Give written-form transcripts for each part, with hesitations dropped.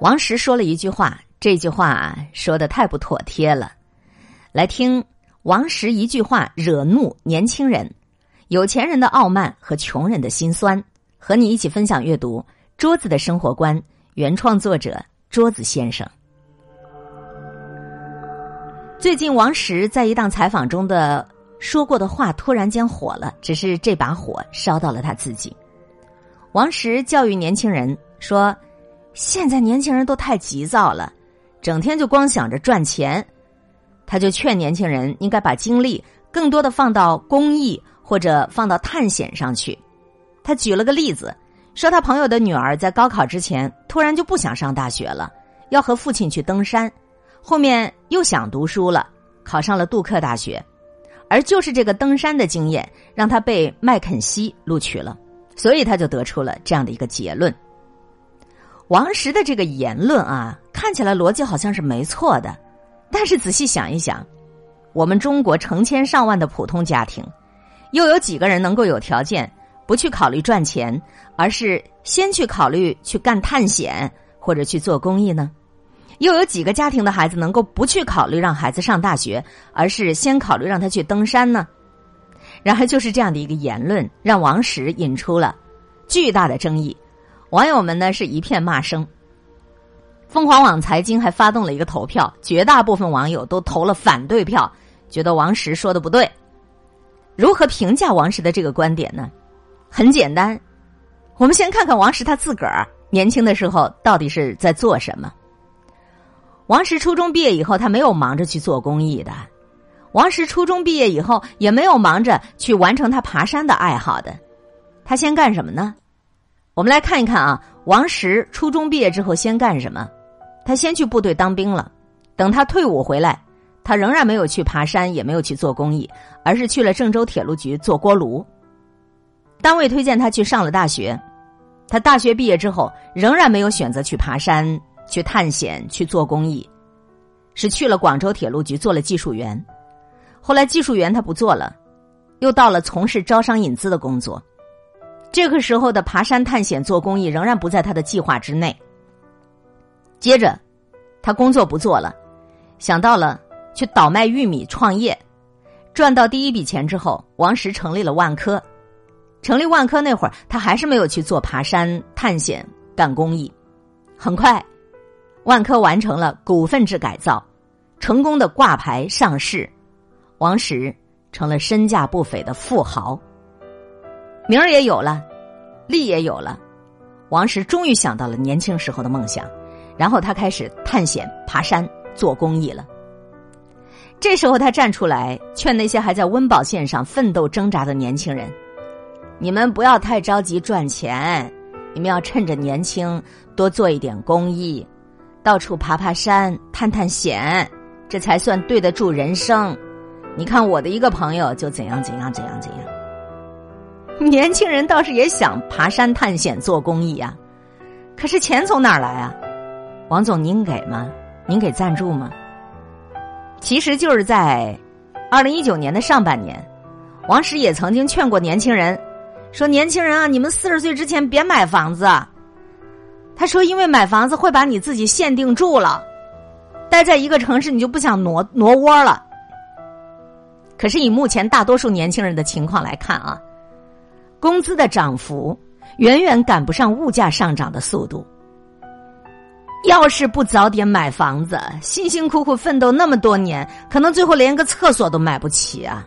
王石说了一句话，这句话说的太不妥帖了。来听王石一句话惹怒年轻人，有钱人的傲慢和穷人的辛酸。和你一起分享阅读《桌子的生活观》，原创作者桌子先生。最近王石在一档采访中的说过的话突然间火了，只是这把火烧到了他自己。王石教育年轻人说，现在年轻人都太急躁了，整天就光想着赚钱。他就劝年轻人应该把精力更多的放到公益或者放到探险上去。他举了个例子，说他朋友的女儿在高考之前突然就不想上大学了，要和父亲去登山，后面又想读书了，考上了杜克大学。而就是这个登山的经验让他被麦肯锡录取了，所以他就得出了这样的一个结论。王石的这个言论啊，看起来逻辑好像是没错的，但是仔细想一想，我们中国成千上万的普通家庭，又有几个人能够有条件不去考虑赚钱，而是先去考虑去干探险或者去做公益呢？又有几个家庭的孩子能够不去考虑让孩子上大学，而是先考虑让他去登山呢？然而就是这样的一个言论，让王石引出了巨大的争议，网友们呢是一片骂声。凤凰网财经还发动了一个投票，绝大部分网友都投了反对票，觉得王石说的不对。如何评价王石的这个观点呢？很简单，我们先看看王石他自个儿年轻的时候到底是在做什么。王石初中毕业以后，他没有忙着去做公益的。王石初中毕业以后，也没有忙着去完成他爬山的爱好的。他先干什么呢？我们来看一看啊，王石初中毕业之后先干什么？他先去部队当兵了。等他退伍回来，他仍然没有去爬山，也没有去做公益，而是去了郑州铁路局做锅炉。单位推荐他去上了大学，他大学毕业之后仍然没有选择去爬山、去探险、去做公益，是去了广州铁路局做了技术员。后来技术员他不做了，又到了从事招商引资的工作。这个时候的爬山探险做公益仍然不在他的计划之内。接着他工作不做了，想到了去倒卖玉米创业。赚到第一笔钱之后，王石成立了万科。成立万科那会儿，他还是没有去做爬山探险干公益。很快万科完成了股份制改造，成功的挂牌上市，王石成了身价不菲的富豪。名儿也有了，利也有了，王石终于想到了年轻时候的梦想，然后他开始探险爬山做公益了。这时候他站出来劝那些还在温饱线上奋斗挣扎的年轻人，你们不要太着急赚钱，你们要趁着年轻多做一点公益，到处爬爬山探探险，这才算对得住人生。你看我的一个朋友就怎样怎样怎样怎样。年轻人倒是也想爬山探险做公益啊，可是钱从哪儿来啊？王总您给吗？您给赞助吗？其实就是在2019年的上半年，王石也曾经劝过年轻人，说年轻人啊，你们40岁之前别买房子。他说因为买房子会把你自己限定住了，待在一个城市你就不想挪窝了。可是以目前大多数年轻人的情况来看啊，工资的涨幅远远赶不上物价上涨的速度。要是不早点买房子，辛辛苦苦奋斗那么多年，可能最后连个厕所都买不起啊。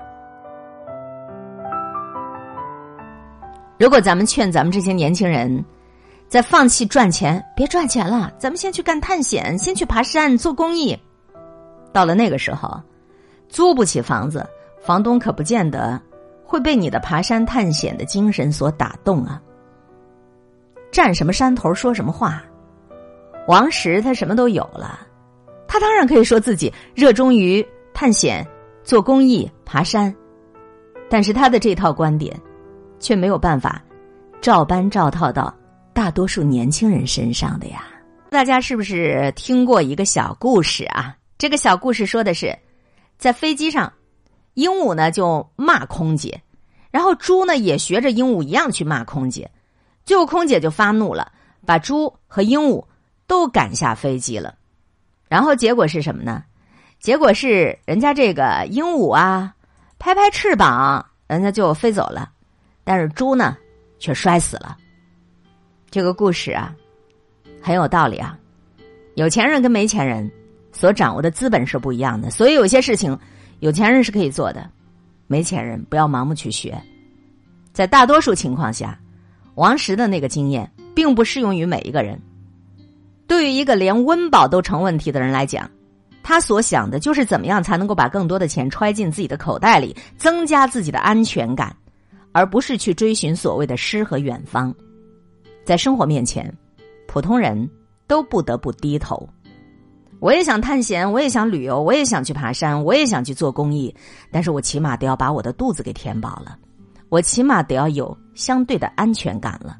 如果咱们劝咱们这些年轻人在放弃赚钱，别赚钱了，咱们先去干探险，先去爬山做公益，到了那个时候租不起房子，房东可不见得会被你的爬山探险的精神所打动啊。站什么山头说什么话，王石他什么都有了，他当然可以说自己热衷于探险、做公益、爬山，但是他的这套观点却没有办法照搬照套到大多数年轻人身上的呀。大家是不是听过一个小故事啊？这个小故事说的是，在飞机上，鹦鹉呢就骂空姐，然后猪呢也学着鹦鹉一样去骂空姐，最后空姐就发怒了，把猪和鹦鹉都赶下飞机了。然后结果是什么呢？结果是人家这个鹦鹉啊，拍拍翅膀，人家就飞走了，但是猪呢，却摔死了。这个故事啊，很有道理啊。有钱人跟没钱人所掌握的资本是不一样的，所以有些事情有钱人是可以做的，没钱人不要盲目去学。在大多数情况下，王石的那个经验并不适用于每一个人。对于一个连温饱都成问题的人来讲，他所想的就是怎么样才能够把更多的钱揣进自己的口袋里，增加自己的安全感，而不是去追寻所谓的诗和远方。在生活面前，普通人都不得不低头。我也想探险，我也想旅游，我也想去爬山，我也想去做公益，但是我起码得要把我的肚子给填饱了，我起码得要有相对的安全感了。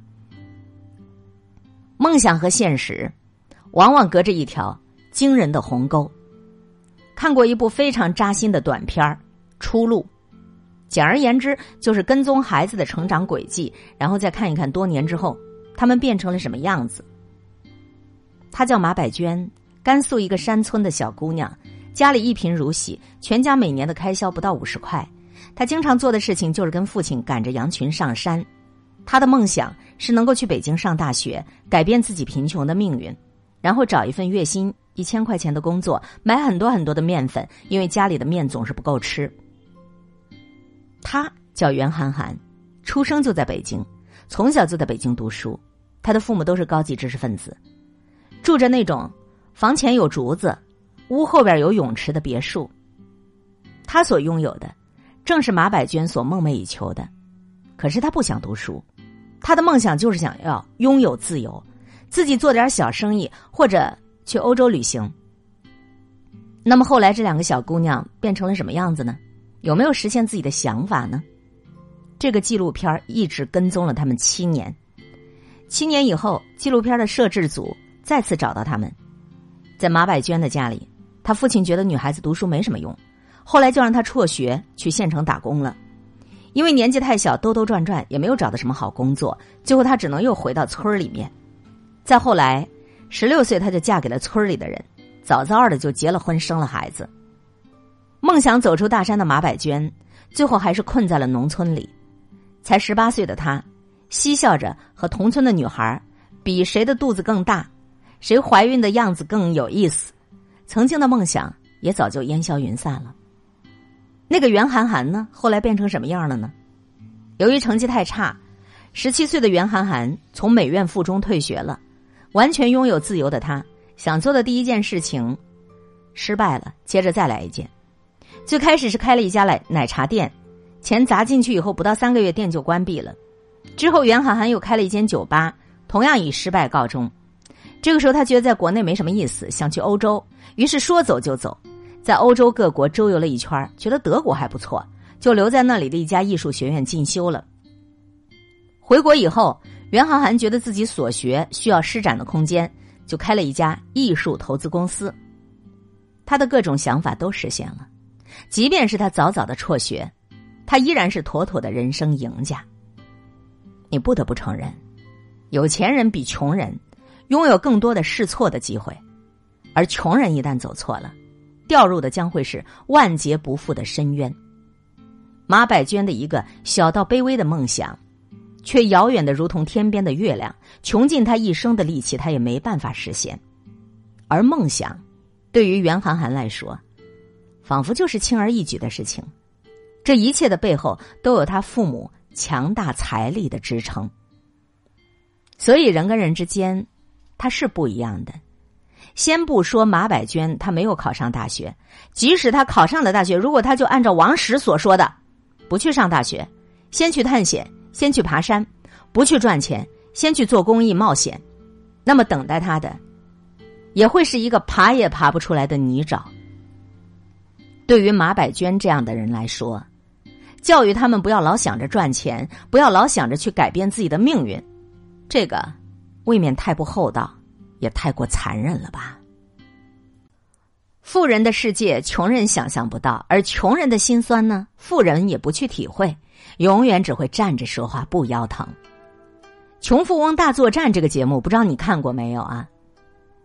梦想和现实往往隔着一条惊人的鸿沟。看过一部非常扎心的短片《出路》，简而言之就是跟踪孩子的成长轨迹，然后再看一看多年之后他们变成了什么样子。她叫马百娟，甘肃一个山村的小姑娘，家里一贫如洗，全家每年的开销不到50块。她经常做的事情就是跟父亲赶着羊群上山。她的梦想是能够去北京上大学，改变自己贫穷的命运，然后找一份月薪1000块钱的工作，买很多很多的面粉，因为家里的面总是不够吃。她叫袁涵涵，出生就在北京，从小就在北京读书。她的父母都是高级知识分子，住着那种房前有竹子，屋后边有泳池的别墅。她所拥有的正是马百娟所梦寐以求的。可是她不想读书，她的梦想就是想要拥有自由，自己做点小生意，或者去欧洲旅行。那么后来这两个小姑娘变成了什么样子呢？有没有实现自己的想法呢？这个纪录片一直跟踪了他们7年。7年以后，纪录片的摄制组再次找到他们。在马百娟的家里，她父亲觉得女孩子读书没什么用，后来就让她辍学去县城打工了。因为年纪太小，兜兜转转也没有找到什么好工作，最后她只能又回到村里面。再后来16岁她就嫁给了村里的人，早早的就结了婚，生了孩子。梦想走出大山的马百娟最后还是困在了农村里。才18岁的她嬉笑着和同村的女孩比谁的肚子更大，谁怀孕的样子更有意思。曾经的梦想也早就烟消云散了。那个袁涵涵呢，后来变成什么样了呢？由于成绩太差，17岁的袁涵涵从美院附中退学了。完全拥有自由的她，想做的第一件事情失败了，接着再来一件。最开始是开了一家奶茶店，钱砸进去以后不到3个月店就关闭了。之后袁涵涵又开了一间酒吧，同样以失败告终。这个时候他觉得在国内没什么意思，想去欧洲，于是说走就走，在欧洲各国周游了一圈，觉得德国还不错，就留在那里的一家艺术学院进修了。回国以后，袁涵涵觉得自己所学需要施展的空间，就开了一家艺术投资公司。他的各种想法都实现了，即便是他早早的辍学，他依然是妥妥的人生赢家。你不得不承认，有钱人比穷人拥有更多的试错的机会，而穷人一旦走错了，掉入的将会是万劫不复的深渊。马百娟的一个小到卑微的梦想，却遥远的如同天边的月亮，穷尽他一生的力气，他也没办法实现。而梦想对于袁涵涵来说，仿佛就是轻而易举的事情。这一切的背后都有他父母强大财力的支撑。所以人跟人之间他是不一样的。先不说马百娟他没有考上大学，即使他考上了大学，如果他就按照王石所说的不去上大学，先去探险，先去爬山，不去赚钱，先去做公益冒险，那么等待他的也会是一个爬也爬不出来的泥沼。对于马百娟这样的人来说，教育他们不要老想着赚钱，不要老想着去改变自己的命运，这个未免太不厚道，也太过残忍了吧。富人的世界穷人想象不到，而穷人的辛酸呢，富人也不去体会，永远只会站着说话不腰疼。穷富翁大作战这个节目不知道你看过没有啊？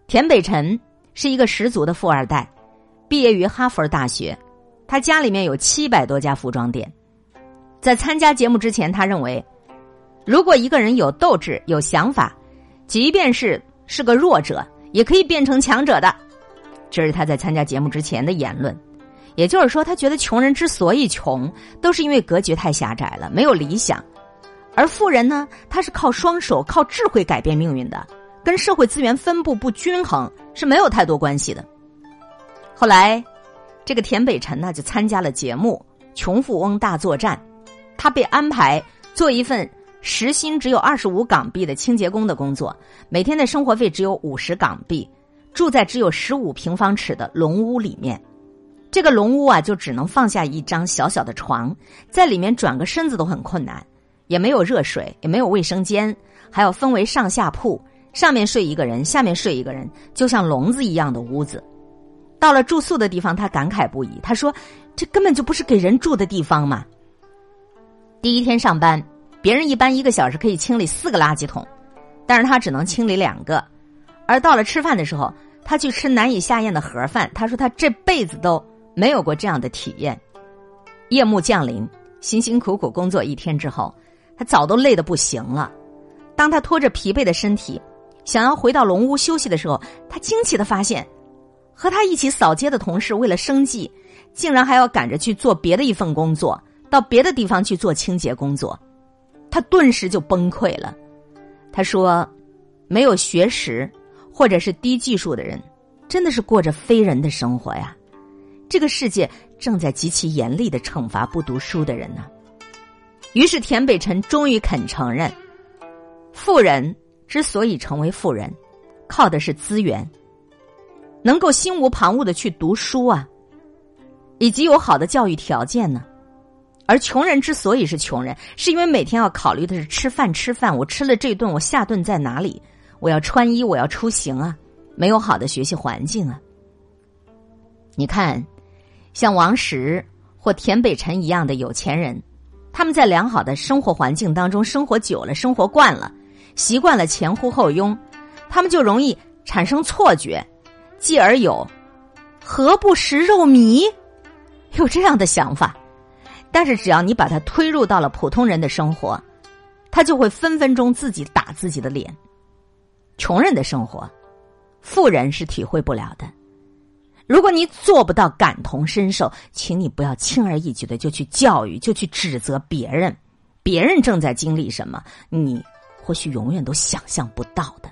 田北辰是一个十足的富二代，毕业于哈佛大学，他家里面有700多家服装店。在参加节目之前，他认为如果一个人有斗志有想法，即便是个弱者也可以变成强者的，这是他在参加节目之前的言论。也就是说，他觉得穷人之所以穷，都是因为格局太狭窄了，没有理想。而富人呢，他是靠双手靠智慧改变命运的，跟社会资源分布不均衡是没有太多关系的。后来这个田北辰呢就参加了节目《穷富翁大作战》，他被安排做一份时薪只有25港币的清洁工的工作，每天的生活费只有50港币，住在只有15平方尺的笼屋里面。这个笼屋啊，就只能放下一张小小的床，在里面转个身子都很困难，也没有热水，也没有卫生间，还要分为上下铺，上面睡一个人，下面睡一个人，就像笼子一样的屋子。到了住宿的地方，他感慨不已，他说这根本就不是给人住的地方嘛。第一天上班，别人一般1个小时可以清理4个垃圾桶，但是他只能清理2个。而到了吃饭的时候，他去吃难以下咽的盒饭，他说他这辈子都没有过这样的体验。夜幕降临，辛辛苦苦工作1天之后，他早都累得不行了。当他拖着疲惫的身体想要回到笼屋休息的时候，他惊奇地发现，和他一起扫街的同事为了生计，竟然还要赶着去做别的一份工作，到别的地方去做清洁工作。他顿时就崩溃了。他说，没有学识或者是低技术的人，真的是过着非人的生活呀。这个世界正在极其严厉地惩罚不读书的人呢。于是田北辰终于肯承认，富人之所以成为富人，靠的是资源，能够心无旁骛地去读书啊，以及有好的教育条件呢。而穷人之所以是穷人，是因为每天要考虑的是吃饭，我吃了这顿，我下顿在哪里，我要穿衣，我要出行啊，没有好的学习环境啊。你看像王石或田北辰一样的有钱人，他们在良好的生活环境当中生活久了，生活惯了，习惯了前呼后拥，他们就容易产生错觉，继而有何不食肉糜，有这样的想法。但是只要你把它推入到了普通人的生活，他就会分分钟自己打自己的脸。穷人的生活，富人是体会不了的。如果你做不到感同身受，请你不要轻而易举的就去教育，就去指责别人。别人正在经历什么，你或许永远都想象不到的。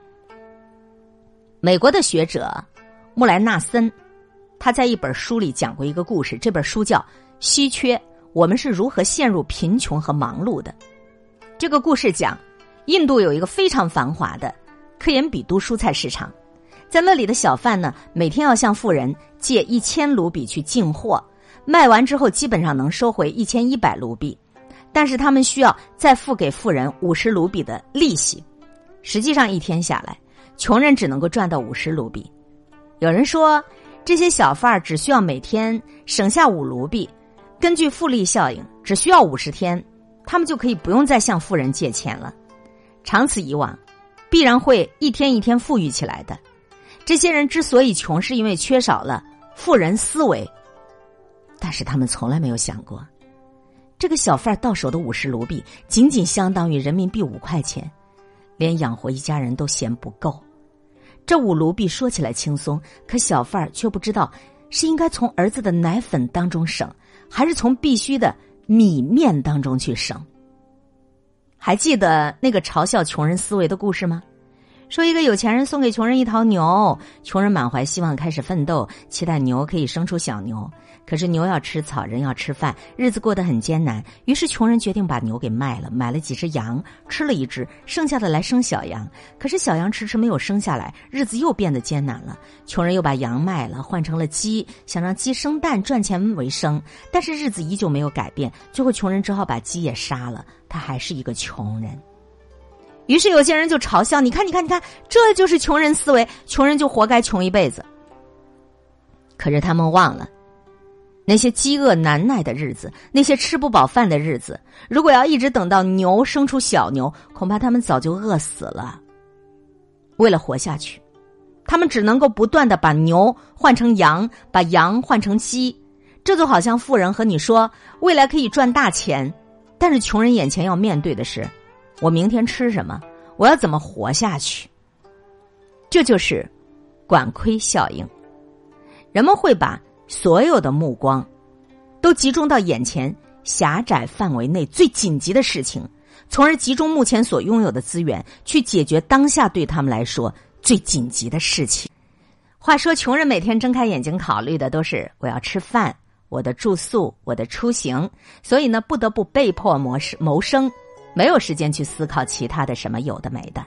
美国的学者穆莱纳森，他在一本书里讲过一个故事，这本书叫《稀缺：我们是如何陷入贫穷和忙碌的》。这个故事讲，印度有一个非常繁华的科颜比都蔬菜市场，在那里的小贩呢，每天要向富人借1000卢比去进货，卖完之后基本上能收回1100卢比，但是他们需要再付给富人50卢比的利息。实际上一天下来，穷人只能够赚到50卢比。有人说，这些小贩只需要每天省下5卢比，根据复利效应，只需要50天，他们就可以不用再向富人借钱了。长此以往，必然会一天一天富裕起来的。这些人之所以穷，是因为缺少了富人思维，但是他们从来没有想过，这个小贩到手的50卢比仅仅相当于人民币5块钱，连养活一家人都嫌不够。这5卢比说起来轻松，可小贩却不知道是应该从儿子的奶粉当中省，还是从必须的米面当中去省。还记得那个嘲笑穷人思维的故事吗？说一个有钱人送给穷人一头牛，穷人满怀希望开始奋斗，期待牛可以生出小牛。可是牛要吃草，人要吃饭，日子过得很艰难。于是穷人决定把牛给卖了，买了几只羊，吃了1只，剩下的来生小羊。可是小羊迟迟没有生下来，日子又变得艰难了。穷人又把羊卖了，换成了鸡，想让鸡生蛋赚钱为生。但是日子依旧没有改变，最后穷人只好把鸡也杀了，他还是一个穷人。于是有些人就嘲笑，你看，这就是穷人思维，穷人就活该穷一辈子。可是他们忘了，那些饥饿难耐的日子，那些吃不饱饭的日子，如果要一直等到牛生出小牛，恐怕他们早就饿死了。为了活下去， 他们只能够不断的把牛换成羊，把羊换成鸡。这就好像富人和你说未来可以赚大钱，但是穷人眼前要面对的是，我明天吃什么，我要怎么活下去。这就是管窥效应。人们会把所有的目光都集中到眼前狭窄范围内最紧急的事情，从而集中目前所拥有的资源去解决当下对他们来说最紧急的事情。话说穷人每天睁开眼睛考虑的都是我要吃饭，我的住宿，我的出行，所以呢不得不被迫谋生，没有时间去思考其他的什么有的没的。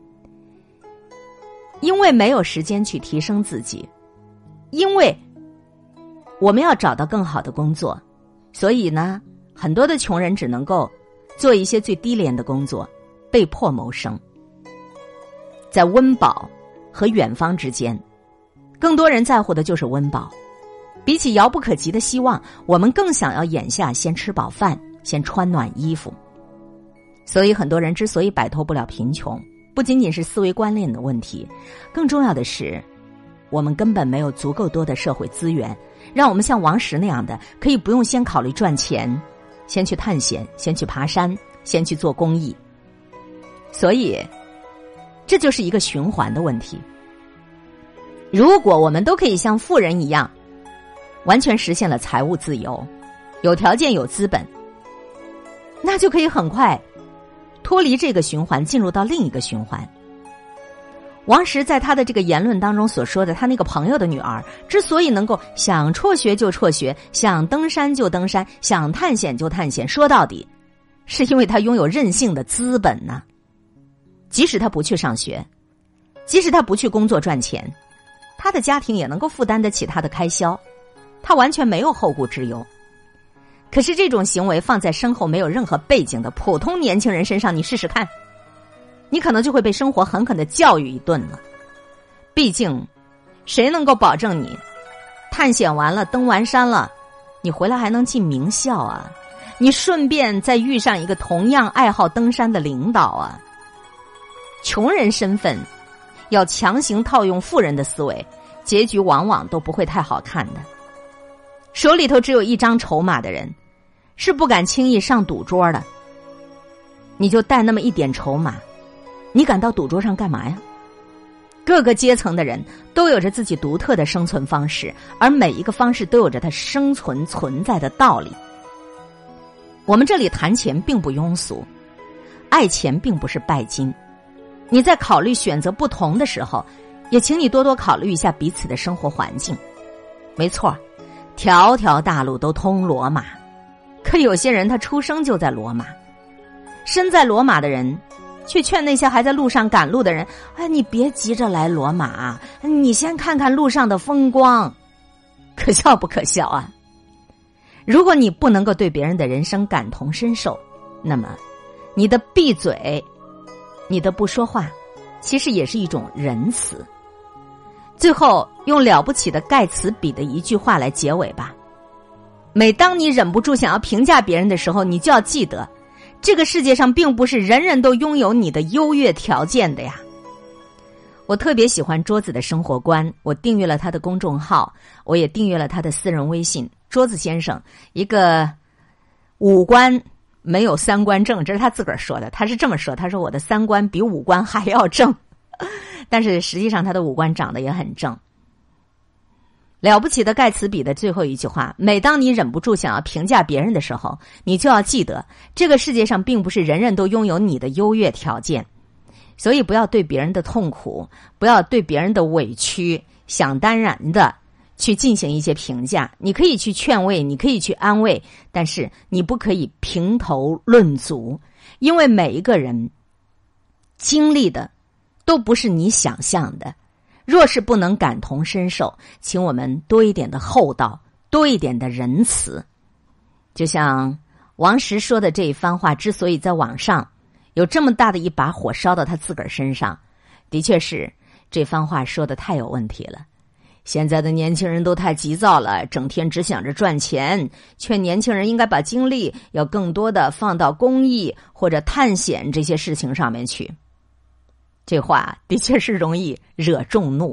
因为没有时间去提升自己，因为我们要找到更好的工作，所以呢很多的穷人只能够做一些最低廉的工作，被迫谋生。在温饱和远方之间，更多人在乎的就是温饱。比起遥不可及的希望，我们更想要眼下先吃饱饭，先穿暖衣服。所以很多人之所以摆脱不了贫穷，不仅仅是思维观念的问题，更重要的是我们根本没有足够多的社会资源，让我们像王石那样的可以不用先考虑赚钱，先去探险，先去爬山，先去做公益。所以这就是一个循环的问题。如果我们都可以像富人一样完全实现了财务自由，有条件有资本，那就可以很快脱离这个循环，进入到另一个循环。王石在他的这个言论当中所说的，他那个朋友的女儿之所以能够想辍学就辍学，想登山就登山，想探险就探险，说到底是因为他拥有任性的资本呢。即使他不去上学，即使他不去工作赚钱，他的家庭也能够负担得起他的开销，他完全没有后顾之忧。可是这种行为放在身后没有任何背景的普通年轻人身上，你试试看，你可能就会被生活狠狠地教育一顿了。毕竟谁能够保证你探险完了，登完山了，你回来还能进名校啊？你顺便再遇上一个同样爱好登山的领导啊？穷人身份要强行套用富人的思维，结局往往都不会太好看的。手里头只有一张筹码的人是不敢轻易上赌桌的。你就带那么一点筹码，你敢到赌桌上干嘛呀？各个阶层的人都有着自己独特的生存方式，而每一个方式都有着它生存存在的道理。我们这里谈钱并不庸俗，爱钱并不是拜金。你在考虑选择不同的时候，也请你多多考虑一下彼此的生活环境。没错，条条大路都通罗马，可有些人他出生就在罗马。身在罗马的人却劝那些还在路上赶路的人，你别急着来罗马，你先看看路上的风光。可笑不可笑啊？如果你不能够对别人的人生感同身受，那么你的闭嘴，你的不说话，其实也是一种仁慈。最后用了不起的盖茨比的一句话来结尾吧。每当你忍不住想要评价别人的时候，你就要记得，这个世界上并不是人人都拥有你的优越条件的呀。我特别喜欢桌子的生活观，我订阅了他的公众号，我也订阅了他的私人微信。桌子先生一个五官没有三观正，这是他自个儿说的，他是这么说，他说我的三观比五官还要正，但是实际上他的五官长得也很正。了不起的盖茨比的最后一句话，每当你忍不住想要评价别人的时候，你就要记得，这个世界上并不是人人都拥有你的优越条件，所以不要对别人的痛苦，不要对别人的委屈想当然的去进行一些评价。你可以去劝慰，你可以去安慰，但是你不可以评头论足，因为每一个人经历的都不是你想象的。若是不能感同身受，请我们多一点的厚道，多一点的仁慈。就像王石说的这一番话，之所以在网上有这么大的一把火烧到他自个儿身上，的确是这番话说的太有问题了。现在的年轻人都太急躁了，整天只想着赚钱，劝年轻人应该把精力要更多的放到公益或者探险这些事情上面去。这话的确是容易惹众怒，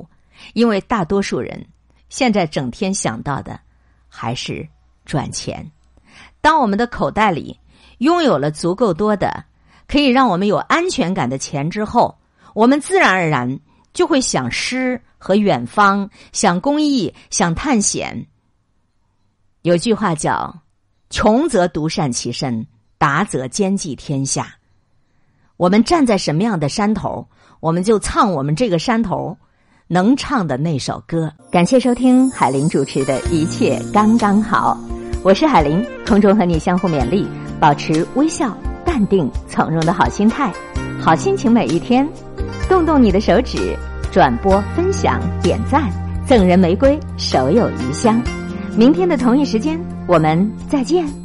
因为大多数人现在整天想到的还是赚钱。当我们的口袋里拥有了足够多的可以让我们有安全感的钱之后，我们自然而然就会想诗和远方，想公益，想探险。有句话叫穷则独善其身，达则兼济天下。我们站在什么样的山头，我们就唱我们这个山头能唱的那首歌。感谢收听海玲主持的一切刚刚好，我是海玲，空中和你相互勉励，保持微笑淡定从容的好心态，好心情每一天。动动你的手指，转播分享点赞，赠人玫瑰手有余香。明天的同一时间我们再见。